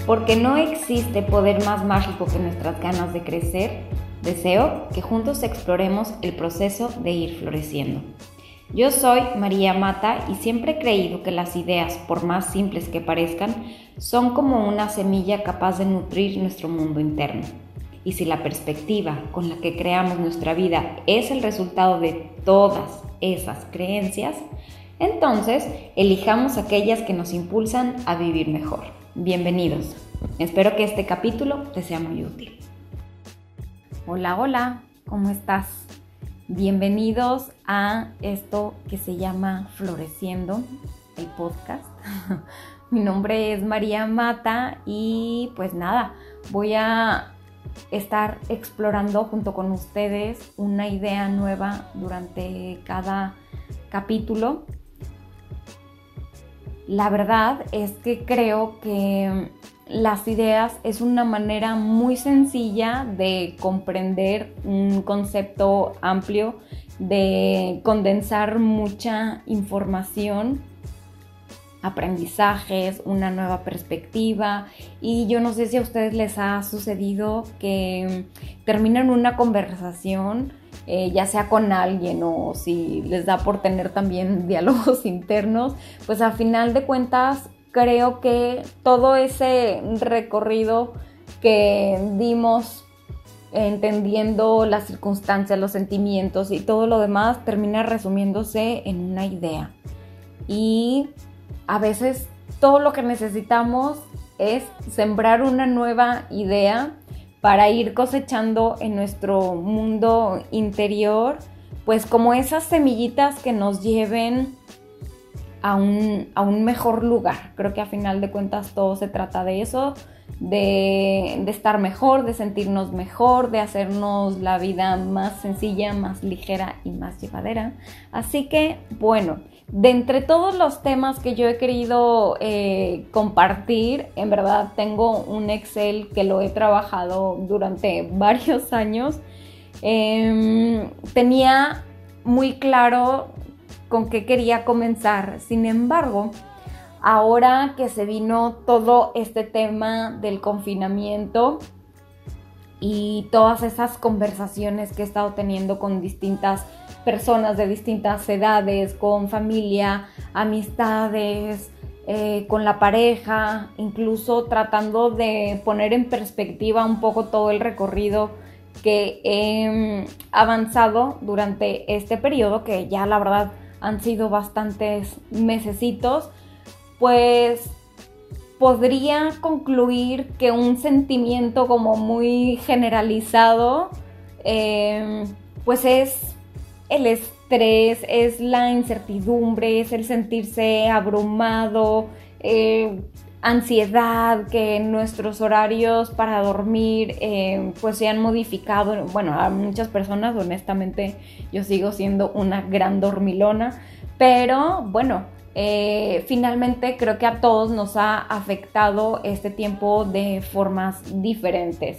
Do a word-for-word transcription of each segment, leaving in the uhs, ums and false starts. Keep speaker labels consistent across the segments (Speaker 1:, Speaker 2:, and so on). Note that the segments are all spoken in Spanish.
Speaker 1: porque no existe poder más mágico que nuestras ganas de crecer. Deseo que juntos exploremos el proceso de ir floreciendo. Yo soy María Mata y siempre he creído que las ideas, por más simples que parezcan, son como una semilla capaz de nutrir nuestro mundo interno. Y si la perspectiva con la que creamos nuestra vida es el resultado de todas esas creencias, entonces elijamos aquellas que nos impulsan a vivir mejor. Bienvenidos. Espero que este capítulo te sea muy útil. Hola, hola, ¿cómo estás? Bienvenidos a esto que se llama Floreciendo, el podcast. Mi nombre es María Mata y pues nada, voy a estar explorando junto con ustedes una idea nueva durante cada capítulo. La verdad es que creo que las ideas es una manera muy sencilla de comprender un concepto amplio, de condensar mucha información, aprendizajes, una nueva perspectiva. Y yo no sé si a ustedes les ha sucedido que terminan una conversación, eh, ya sea con alguien o si les da por tener también diálogos internos, pues al final de cuentas creo que todo ese recorrido que dimos entendiendo las circunstancias, los sentimientos y todo lo demás termina resumiéndose en una idea. Y a veces todo lo que necesitamos es sembrar una nueva idea para ir cosechando en nuestro mundo interior, pues como esas semillitas que nos lleven a un, a un mejor lugar. Creo que a final de cuentas todo se trata de eso, de, de estar mejor, de sentirnos mejor, de hacernos la vida más sencilla, más ligera y más llevadera. Así que, bueno, de entre todos los temas que yo he querido eh, compartir, en verdad tengo un Excel que lo he trabajado durante varios años. Eh, tenía muy claro con qué quería comenzar. Sin embargo, ahora que se vino todo este tema del confinamiento y todas esas conversaciones que he estado teniendo con distintas personas de distintas edades, con familia, amistades, eh, con la pareja, incluso tratando de poner en perspectiva un poco todo el recorrido que he avanzado durante este periodo, que ya la verdad han sido bastantes mesecitos, pues podría concluir que un sentimiento como muy generalizado, eh, pues es el estrés, es la incertidumbre, es el sentirse abrumado, eh, ansiedad, que nuestros horarios para dormir eh, pues se han modificado. Bueno, a muchas personas, honestamente, yo sigo siendo una gran dormilona, pero bueno, eh, finalmente creo que a todos nos ha afectado este tiempo de formas diferentes.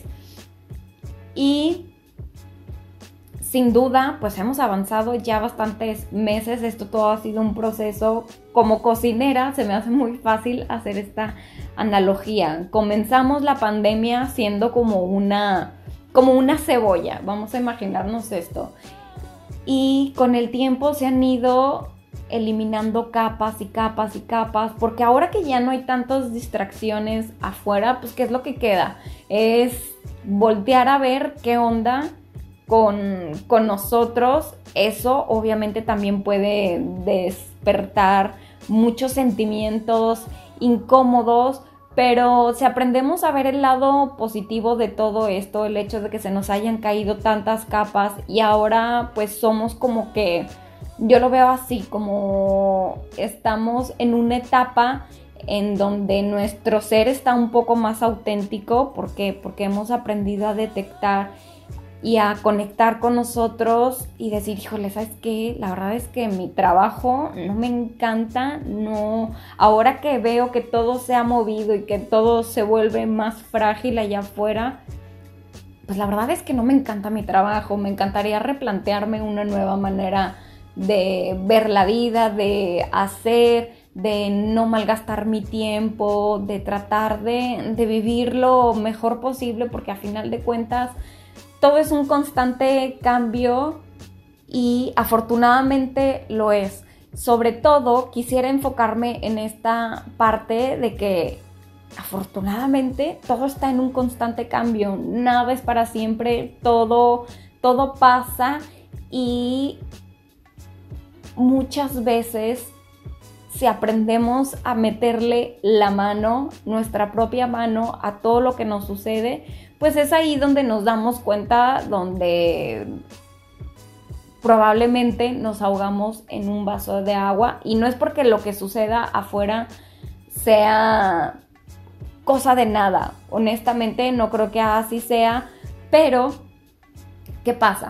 Speaker 1: Y sin duda, pues hemos avanzado ya bastantes meses. Esto todo ha sido un proceso. Como cocinera se me hace muy fácil hacer esta analogía. Comenzamos la pandemia siendo como una, como una cebolla. Vamos a imaginarnos esto. Y con el tiempo se han ido eliminando capas y capas y capas, porque ahora que ya no hay tantas distracciones afuera, pues ¿qué es lo que queda? Es voltear a ver qué onda Con, con nosotros. Eso obviamente también puede despertar muchos sentimientos incómodos, pero si aprendemos a ver el lado positivo de todo esto, el hecho de que se nos hayan caído tantas capas y ahora pues somos como que, yo lo veo así, como estamos en una etapa en donde nuestro ser está un poco más auténtico. ¿Por qué? Porque hemos aprendido a detectar y a conectar con nosotros y decir, híjole, ¿sabes qué? La verdad es que mi trabajo no me encanta, no. Ahora que veo que todo se ha movido y que todo se vuelve más frágil allá afuera, pues la verdad es que no me encanta mi trabajo. Me encantaría replantearme una nueva manera de ver la vida, de hacer, de no malgastar mi tiempo, de tratar de, de vivir lo mejor posible, porque a final de cuentas todo es un constante cambio y afortunadamente lo es. Sobre todo quisiera enfocarme en esta parte de que afortunadamente todo está en un constante cambio, nada es para siempre, todo, todo pasa y muchas veces si aprendemos a meterle la mano, nuestra propia mano a todo lo que nos sucede, pues es ahí donde nos damos cuenta, donde probablemente nos ahogamos en un vaso de agua, y no es porque lo que suceda afuera sea cosa de nada, honestamente no creo que así sea, pero ¿qué pasa?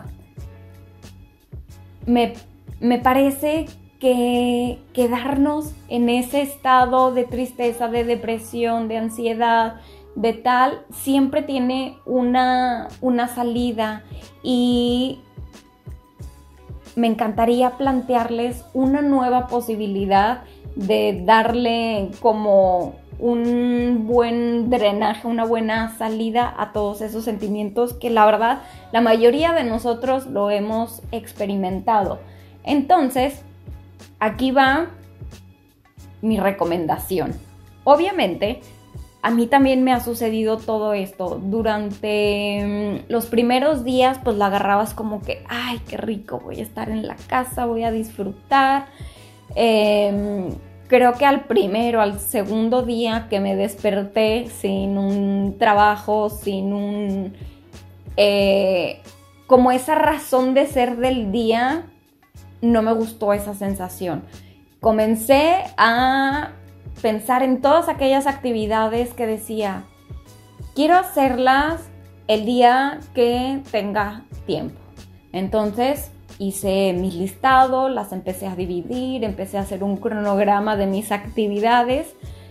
Speaker 1: Me, me parece que quedarnos en ese estado de tristeza, de depresión, de ansiedad, de tal, siempre tiene una, una salida, y me encantaría plantearles una nueva posibilidad de darle como un buen drenaje, una buena salida a todos esos sentimientos que la verdad la mayoría de nosotros lo hemos experimentado. Entonces, aquí va mi recomendación. Obviamente, a mí también me ha sucedido todo esto. Durante los primeros días, pues la agarrabas como que, ay, qué rico, voy a estar en la casa, voy a disfrutar. Eh, creo que al primero, al segundo día que me desperté sin un trabajo, sin un... Eh, como esa razón de ser del día, no me gustó esa sensación. Comencé a pensar en todas aquellas actividades que decía, quiero hacerlas el día que tenga tiempo. Entonces hice mi listado, las empecé a dividir, empecé a hacer un cronograma de mis actividades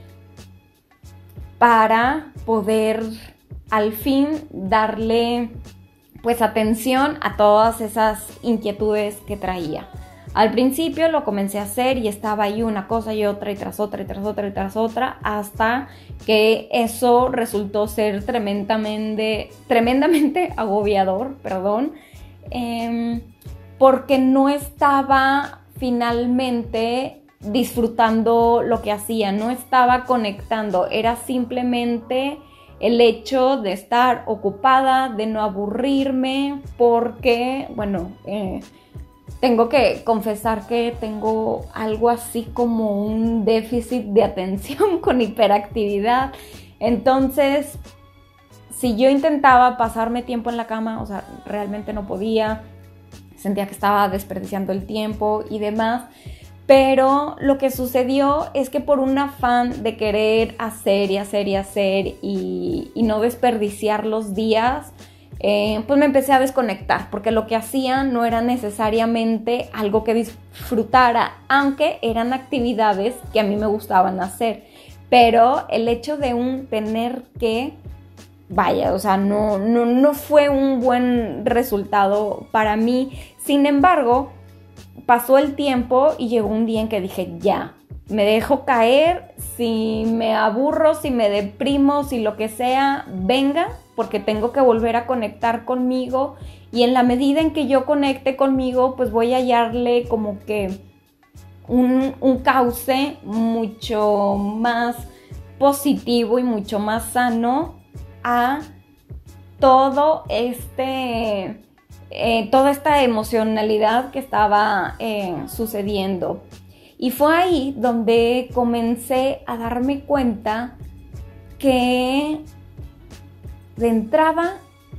Speaker 1: para poder al fin darle pues atención a todas esas inquietudes que traía. Al principio lo comencé a hacer y estaba ahí una cosa y otra y tras otra y tras otra y tras otra, hasta que eso resultó ser tremendamente, tremendamente agobiador, perdón, eh, porque no estaba finalmente disfrutando lo que hacía, no estaba conectando, era simplemente el hecho de estar ocupada, de no aburrirme, porque, bueno, eh, tengo que confesar que tengo algo así como un déficit de atención con hiperactividad. Entonces, si yo intentaba pasarme tiempo en la cama, o sea, realmente no podía, sentía que estaba desperdiciando el tiempo y demás. Pero lo que sucedió es que por un afán de querer hacer y hacer y hacer y, y no desperdiciar los días, Eh, pues me empecé a desconectar, porque lo que hacía no era necesariamente algo que disfrutara, aunque eran actividades que a mí me gustaban hacer, pero el hecho de un tener que, vaya, o sea, no, no, no fue un buen resultado para mí. Sin embargo, pasó el tiempo y llegó un día en que dije, ya, me dejo caer, si me aburro, si me deprimo, si lo que sea, venga, porque tengo que volver a conectar conmigo, y en la medida en que yo conecte conmigo, pues voy a hallarle como que un, un cauce mucho más positivo y mucho más sano a todo este, eh, toda esta emocionalidad que estaba eh, sucediendo. Y fue ahí donde comencé a darme cuenta que de entrada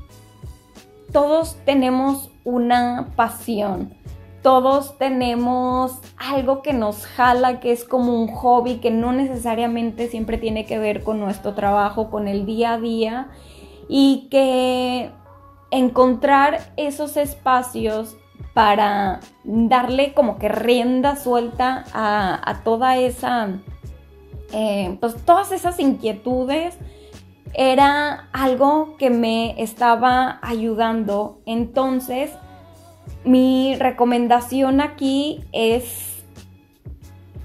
Speaker 1: todos tenemos una pasión, todos tenemos algo que nos jala, que es como un hobby, que no necesariamente siempre tiene que ver con nuestro trabajo, con el día a día, y que encontrar esos espacios para darle como que rienda suelta a, a toda esa, eh, pues todas esas inquietudes, era algo que me estaba ayudando. Entonces, mi recomendación aquí es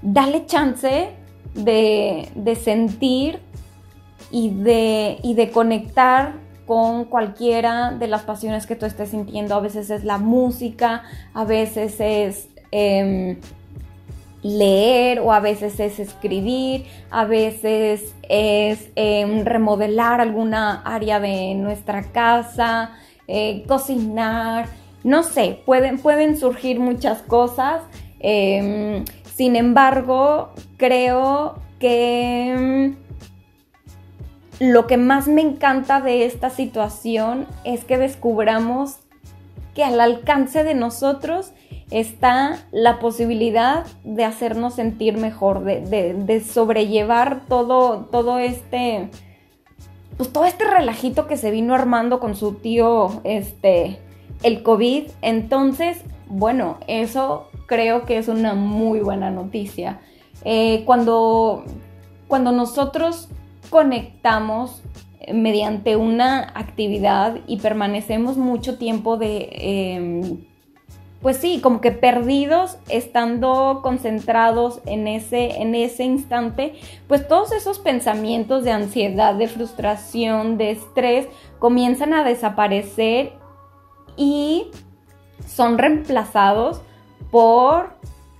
Speaker 1: dale chance de, de sentir y de, y de conectar con cualquiera de las pasiones que tú estés sintiendo. A veces es la música, a veces es eh, leer, o a veces es escribir, a veces es eh, remodelar alguna área de nuestra casa, eh, cocinar, no sé, pueden, pueden surgir muchas cosas. Eh, sin embargo, creo que lo que más me encanta de esta situación es que descubramos que al alcance de nosotros está la posibilidad de hacernos sentir mejor, de, de, de sobrellevar todo, todo este, pues todo este relajito que se vino armando con su tío, este, el COVID. Entonces, bueno, eso creo que es una muy buena noticia. Eh, cuando, cuando nosotros conectamos mediante una actividad y permanecemos mucho tiempo de, eh, pues sí, como que perdidos, estando concentrados en ese, en ese instante, pues todos esos pensamientos de ansiedad, de frustración, de estrés, comienzan a desaparecer y son reemplazados por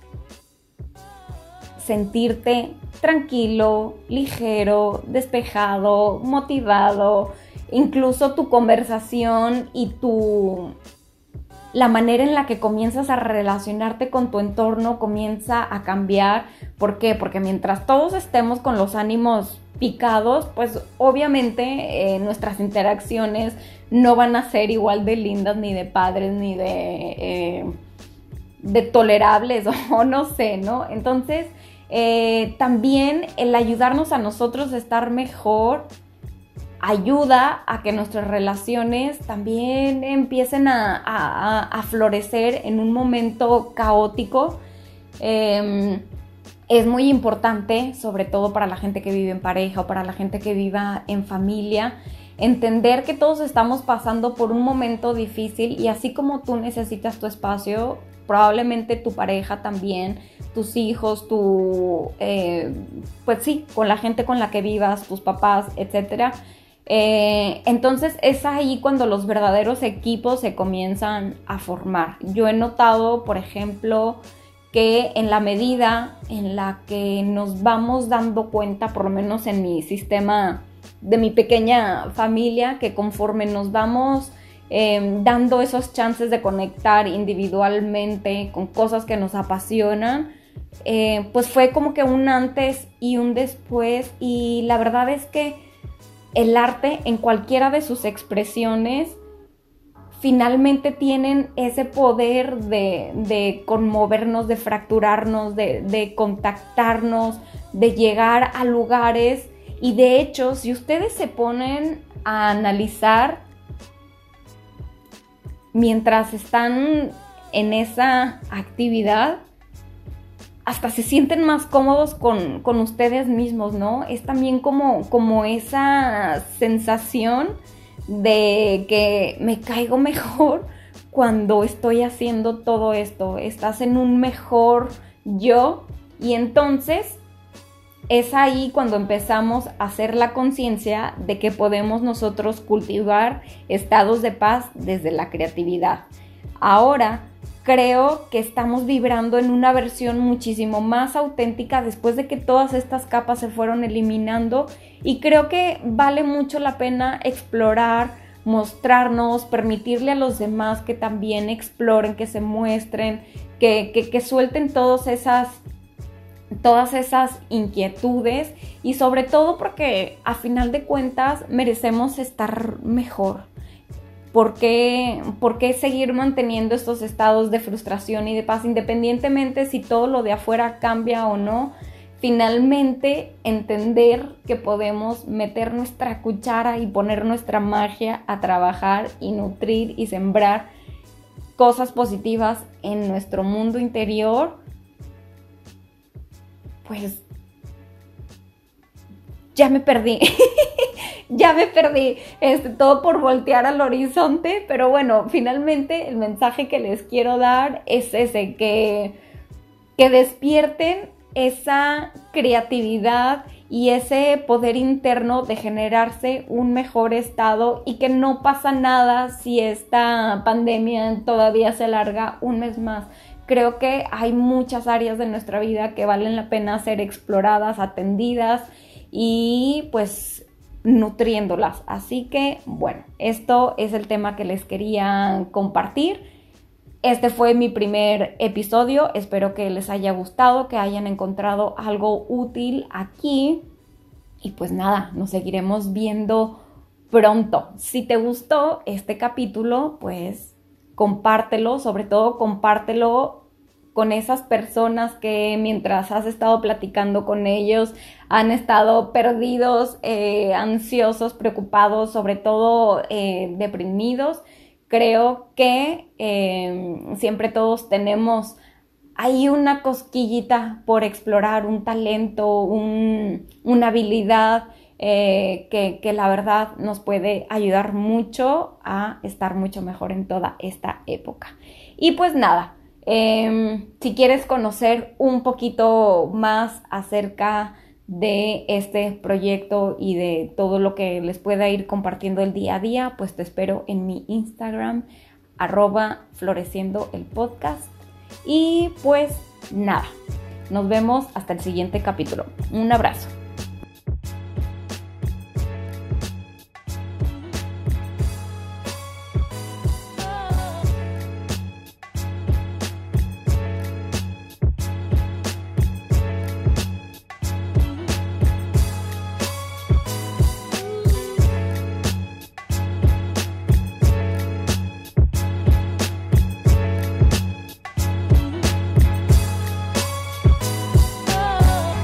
Speaker 1: sentirte tranquilo, ligero, despejado, motivado. Incluso tu conversación y tu la manera en la que comienzas a relacionarte con tu entorno comienza a cambiar. ¿Por qué? Porque mientras todos estemos con los ánimos picados, pues obviamente eh, nuestras interacciones no van a ser igual de lindas, ni de padres, ni de, eh, de tolerables, o no sé, ¿no? Entonces, Eh, también el ayudarnos a nosotros a estar mejor ayuda a que nuestras relaciones también empiecen a, a, a florecer en un momento caótico. Eh, es muy importante, sobre todo para la gente que vive en pareja o para la gente que viva en familia, entender que todos estamos pasando por un momento difícil, y así como tú necesitas tu espacio, probablemente tu pareja también, tus hijos, tu, eh, pues sí, con la gente con la que vivas, tus papás, etcétera. Eh, entonces es ahí cuando los verdaderos equipos se comienzan a formar. Yo he notado, por ejemplo, que en la medida en la que nos vamos dando cuenta, por lo menos en mi sistema de mi pequeña familia, que conforme nos vamos eh, dando esos chances de conectar individualmente con cosas que nos apasionan, eh, pues fue como que un antes y un después. Y la verdad es que el arte, en cualquiera de sus expresiones, finalmente tienen ese poder de, de conmovernos, de fracturarnos, de, de contactarnos, de llegar a lugares. Y de hecho, si ustedes se ponen a analizar mientras están en esa actividad, hasta se sienten más cómodos con, con ustedes mismos, ¿no? Es también como, como esa sensación de que me caigo mejor cuando estoy haciendo todo esto. Estás en un mejor yo, y entonces es ahí cuando empezamos a hacer la conciencia de que podemos nosotros cultivar estados de paz desde la creatividad. Ahora creo que estamos vibrando en una versión muchísimo más auténtica después de que todas estas capas se fueron eliminando, y creo que vale mucho la pena explorar, mostrarnos, permitirle a los demás que también exploren, que se muestren, que, que, que suelten todas esas, todas esas inquietudes, y sobre todo porque a final de cuentas merecemos estar mejor. ¿Por qué, ¿Por qué seguir manteniendo estos estados de frustración y de paz, independientemente si todo lo de afuera cambia o no? Finalmente, entender que podemos meter nuestra cuchara y poner nuestra magia a trabajar y nutrir y sembrar cosas positivas en nuestro mundo interior, pues ya me perdí. Ya me perdí, este, todo por voltear al horizonte, pero bueno, finalmente el mensaje que les quiero dar es ese, que, que despierten esa creatividad y ese poder interno de generarse un mejor estado, y que no pasa nada si esta pandemia todavía se alarga un mes más. Creo que hay muchas áreas de nuestra vida que valen la pena ser exploradas, atendidas y pues nutriéndolas. Así que bueno, esto es el tema que les quería compartir. Este fue mi primer episodio, espero que les haya gustado, que hayan encontrado algo útil aquí. Y pues nada, nos seguiremos viendo pronto. Si te gustó este capítulo, pues compártelo, sobre todo compártelo con esas personas que mientras has estado platicando con ellos han estado perdidos, eh, ansiosos, preocupados, sobre todo eh, deprimidos. Creo que eh, siempre todos tenemos ahí una cosquillita por explorar, un talento, un, una habilidad eh, que, que la verdad nos puede ayudar mucho a estar mucho mejor en toda esta época. Y pues nada, eh, si quieres conocer un poquito más acerca de este proyecto y de todo lo que les pueda ir compartiendo el día a día, pues te espero en mi Instagram, arroba floreciendo el podcast. Y pues nada, nos vemos hasta el siguiente capítulo. Un abrazo.